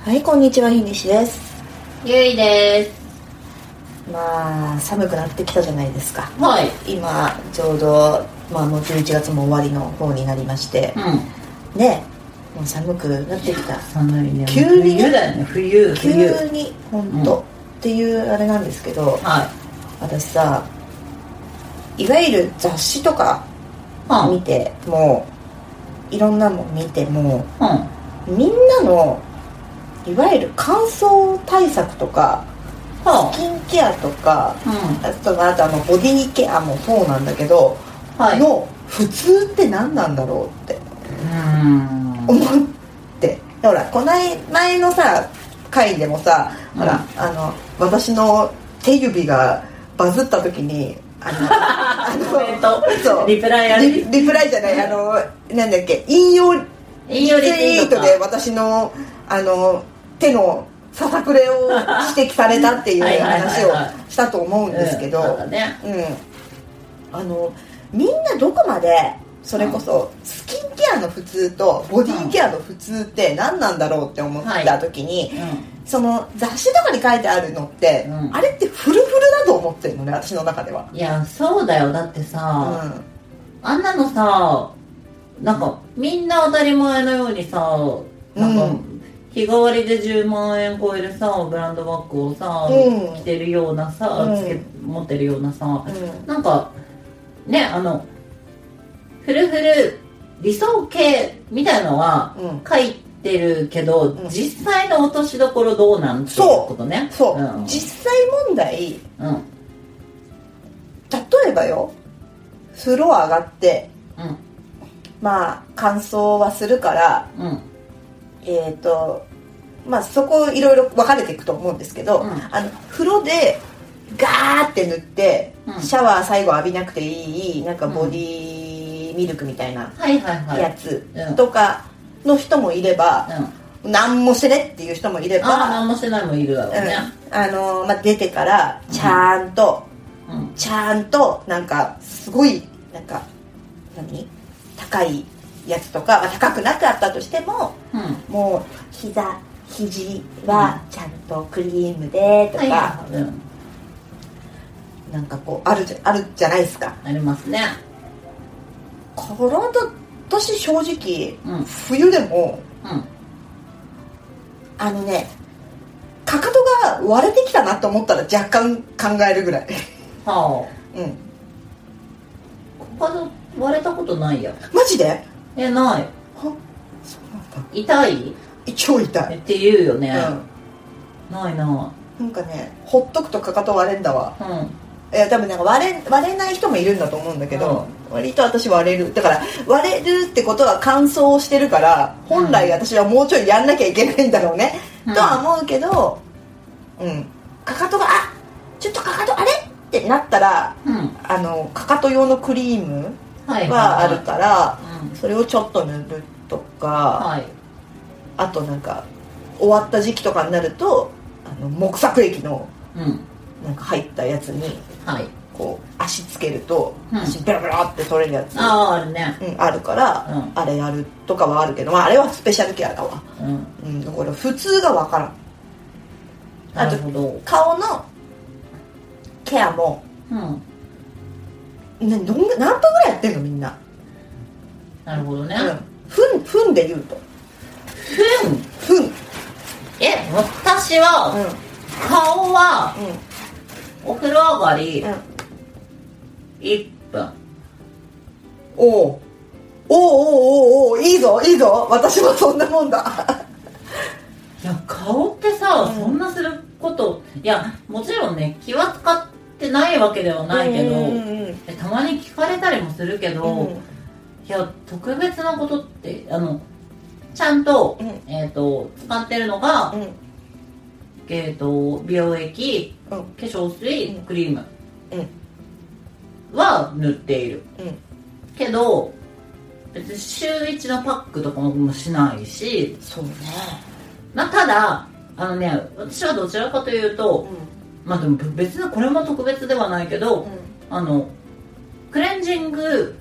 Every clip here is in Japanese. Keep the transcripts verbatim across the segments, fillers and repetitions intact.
はい、こんにちは、ひにしです。 ゆいです。 まあ寒くなってきたじゃないですか。 はい。 今ちょうど、まあ、もうじゅういちがつも終わりの方になりまして、 うん、 ね、もう寒くなってきた。 寒いね。 急にね、 冬だよね。冬急に本当、うん、っていうあれなんですけど、はい、私さ、いわゆる雑誌とか見て、うん、もういろんなの見ても、うん、みんなのいわゆる乾燥対策とかスキンケアとか、うん、あとあとあのボディケアもそうなんだけど、はい、の普通って何なんだろうって思って、ほらこの前のさ回でもさ、うん、ほらあの私の手指がバズった時にあのあのそうリプライあるリ, リプライじゃないあのなんだっけ引用リ引用リツイートで私のあの手のささくれを指摘されたっていう話をしたと思うんですけど、あのみんなどこまでそれこそスキンケアの普通とボディケアの普通って何なんだろうって思った時に、うんはいうん、その雑誌とかに書いてあるのって、うん、あれってフルフルだと思ってるのね、私の中では。 いやそうだよ。だってさ、うん、あんなのさなんかみんな当たり前のようにさなんか、うん、日替わりでじゅうまんえん超えるさブランドバッグをさ、うん、着てるようなさ、うん、つけ持ってるようなさ、うん、なんかねあのフルフル理想系みたいのは書いてるけど、うん、実際の落としどころどうなんていうことね。 そう、そう、うん、実際問題、うん、例えばよ風呂上がって、うん、まあ乾燥はするから、うんえーとまあ、そこいろいろ分かれていくと思うんですけど、うん、あの風呂でガーって塗って、うん、シャワー最後浴びなくていいなんかボディミルクみたいなやつとかの人もいれば、うん、何もしてねっていう人もいればあ何もしてないもいるだろうね、 うんあのまあ、出てからちゃんと、うん、ちゃんとなんかすごいなんか何高いやつとか高くなくあったとしても、うん、もう膝肘はちゃんとクリームでとか、うんはいうん、なんかこうあるじゃあるじゃないですか。 ありますね。 体私正直、うん、冬でも、うん、あのねかかとが割れてきたなと思ったら若干考えるぐらいはあうんかかと割れたことないや。 マジでえ、ない。はそうなんだ。痛い？ 超痛いって言うよね、うん、ないな。 なんかねほっとくとかかと割れんだわ、うん、え多分なんか割れ、割れない人もいるんだと思うんだけど、うん、割と私割れる。だから割れるってことは乾燥してるから本来私はもうちょいやんなきゃいけないんだろうね、うん、とは思うけどうんかかとがあちょっとかかとあれってなったら、うん、あのかかと用のクリームがあるから、はいはいはい、それをちょっと塗るとか、はい、あとなんか終わった時期とかになるとあの木作液のなんか入ったやつに、はい、こう足つけると、うん、足ベラベラって取れるやつあ, あるね、 うん、あるから、うん、あれやるとかはあるけど、まあ、あれはスペシャルケアだわ、うんうん、だから普通が分からん。あと顔のケアも、うんね、どん何分ぐらいやってんのみんな。 なるほどね、 うん、ふんふんで言うとふんふんえ私は、うん、顔は、うん、お風呂上がり、うん、いっぷん。 おおおおおおおいいぞいいぞ私もそんなもんだいや顔ってさ、うん、そんなすることいやもちろんね気は使ってないわけではないけど、うんうんうん、たまに聞かれたりもするけど、うん、いや特別なことってあのちゃんと、うん、えーと使ってるのが、うんえーと美容液、うん、化粧水、うん、クリーム、うん、は塗っている、うん、けど別に週いちのパックとかもしないしそうね、 まあ、ただあのね私はどちらかというと、うん、まあでも別にこれも特別ではないけど、うん、あのクレンジング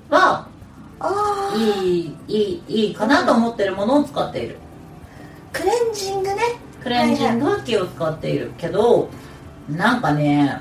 はいいいいいいかなと思ってるものを使っている。 クレンジングね。 クレンジングは気を使っているけど、なんかね、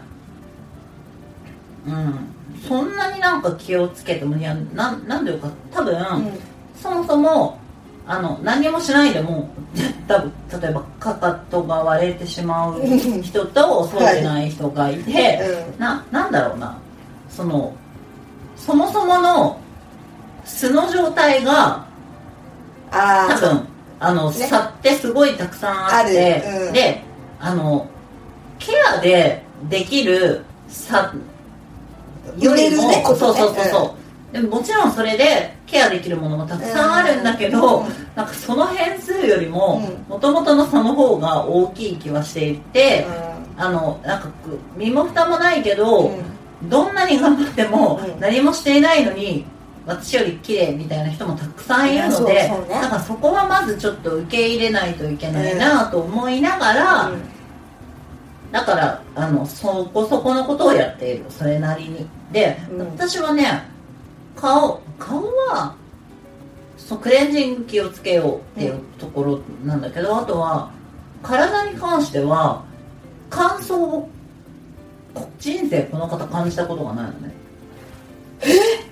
うんそんなになんか気をつけても、いや な, なんでよか多分、うん、そもそもあの何もしないでも多分例えばかかとが割れてしまう人とそうでない人がいて、はいうん、な, なんだろうなそのそもそもの素の状態があ多分あの、ね、差ってすごいたくさんあって、うん、であのケアでできる差よりも、ね、そうそうそうそう、うん、でももちろんそれでケアできるものもたくさんあるんだけど、うん、なんかその変数よりももともとの差の方が大きい気はしていて、うん、あのなんか身も蓋もないけど、うん、どんなに頑張っても何もしていないのに私より綺麗みたいな人もたくさんいるので、うんそうそうね、なんかそこはまずちょっと受け入れないといけないなと思いながら、うん、だからあのそこそこのことをやっているそれなりにで、うん、私はね顔顔はそうクレンジング気をつけようっていうところなんだけど、うん、あとは体に関しては乾燥を人生この方感じたことがないのね。 え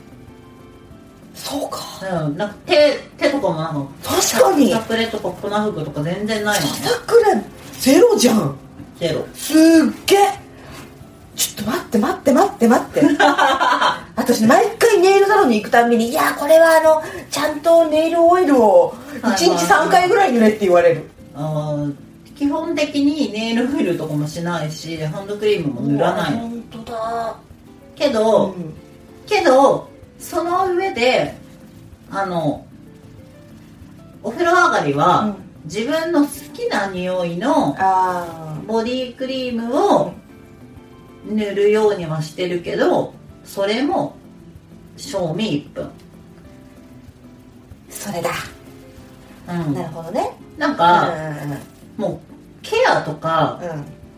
そうか、 うん、なんか 手, 手とかもなんか確かにささくれとか粉吹くとか全然ないのね。 ささくれゼロじゃん。 ゼロすっげえ。ちょっと待って待って待って待って私毎回ネイルサロンに行くたびにいやこれはあのちゃんとネイルオイルをいちにちさんかいぐらい塗れって言われる。 あ基本的にネイルオイルとかもしないしハンドクリームも塗らない。 本当だけど、うん、けどその上であのお風呂上がりは、うん、自分の好きな匂いのボディクリームを塗るようにはしてるけどそれも賞味いっぷん。 それだ、うん、なるほどね。 なんか、うん、もうケアとか、うん、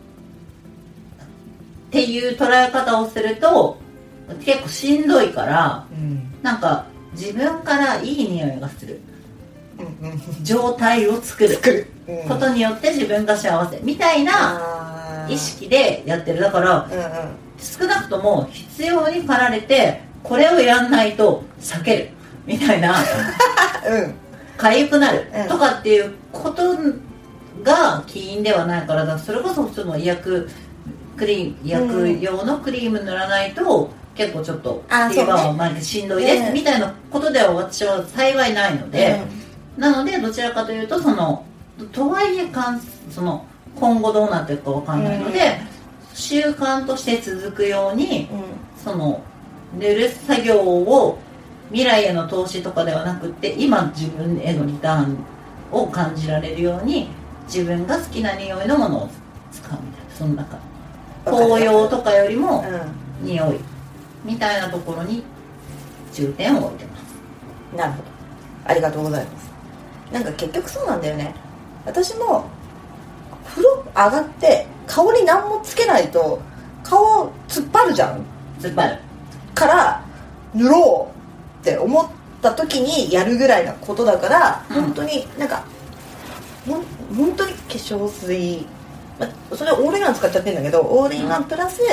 っていう捉え方をすると結構しんどいから、うん、なんか自分からいい匂いがする、うんうん、状態を作る、作る、うん、ことによって自分が幸せみたいな意識でやってる。だから、うんうん、少なくとも必要に駆られてこれをやんないと避けるみたいな、うん、痒くなるとかっていうことが起因ではないから、だからそれこそその医薬クリーム薬用のクリーム塗らないと結構ちょっとフィーバーはまでしんどいです、ね、みたいなことでは私は幸いないので、うん、なのでどちらかというとそのとはいえかんその今後どうなっていくかわかんないので、うん、習慣として続くように、うん、その塗る作業を未来への投資とかではなくって今自分へのリターンを感じられるように自分が好きな匂いのものを使うみたいな、その中紅葉とかよりも匂いみたいなところに重点を置いてます。 なるほど、ありがとうございます。なんか結局そうなんだよね。私も風呂上がって顔に何もつけないと顔突っ張るじゃん。 突っ張るから塗ろうって思った時にやるぐらいなことだから、うん、本当になんかほん本当に化粧水、まあ、それはオールインワン使っちゃってるんだけどオールインワンプラス、うん、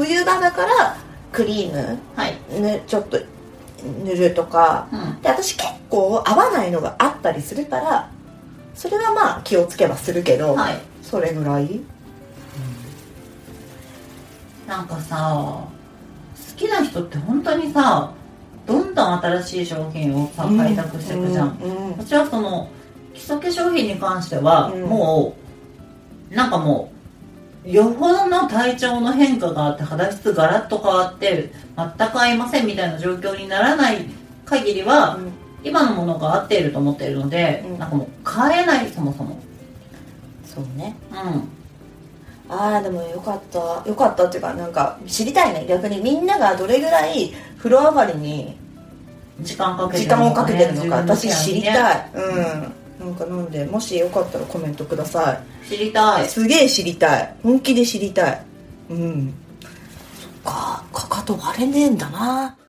冬場だからクリーム、はい、ね、ちょっと塗るとか、うん、で私結構合わないのがあったりするからそれはまあ気をつけはするけど、はい、それぐらい、うん、 なんかさ好きな人って本当にさどんどん新しい商品をさ開拓していくじゃん、うんうんうん、私はその基礎化粧品に関しては、うん、もうなんかもうよほどの体調の変化があって肌質ガラッと変わって全く合いませんみたいな状況にならない限りは、うん、今のものが合っていると思っているので、うん、なんかもう変えないそもそも。 そうね、 うん、 ああでもよかったよかったっていうかなんか知りたいね逆にみんながどれぐらい風呂上がりに時間かけてるのか、ね、時間をかけてるのか私知りたい、うんなんかなんでもしよかったらコメントください。知りたい。 すげえ知りたい。本気で知りたい。うん。そっか、かかと割れねえんだな。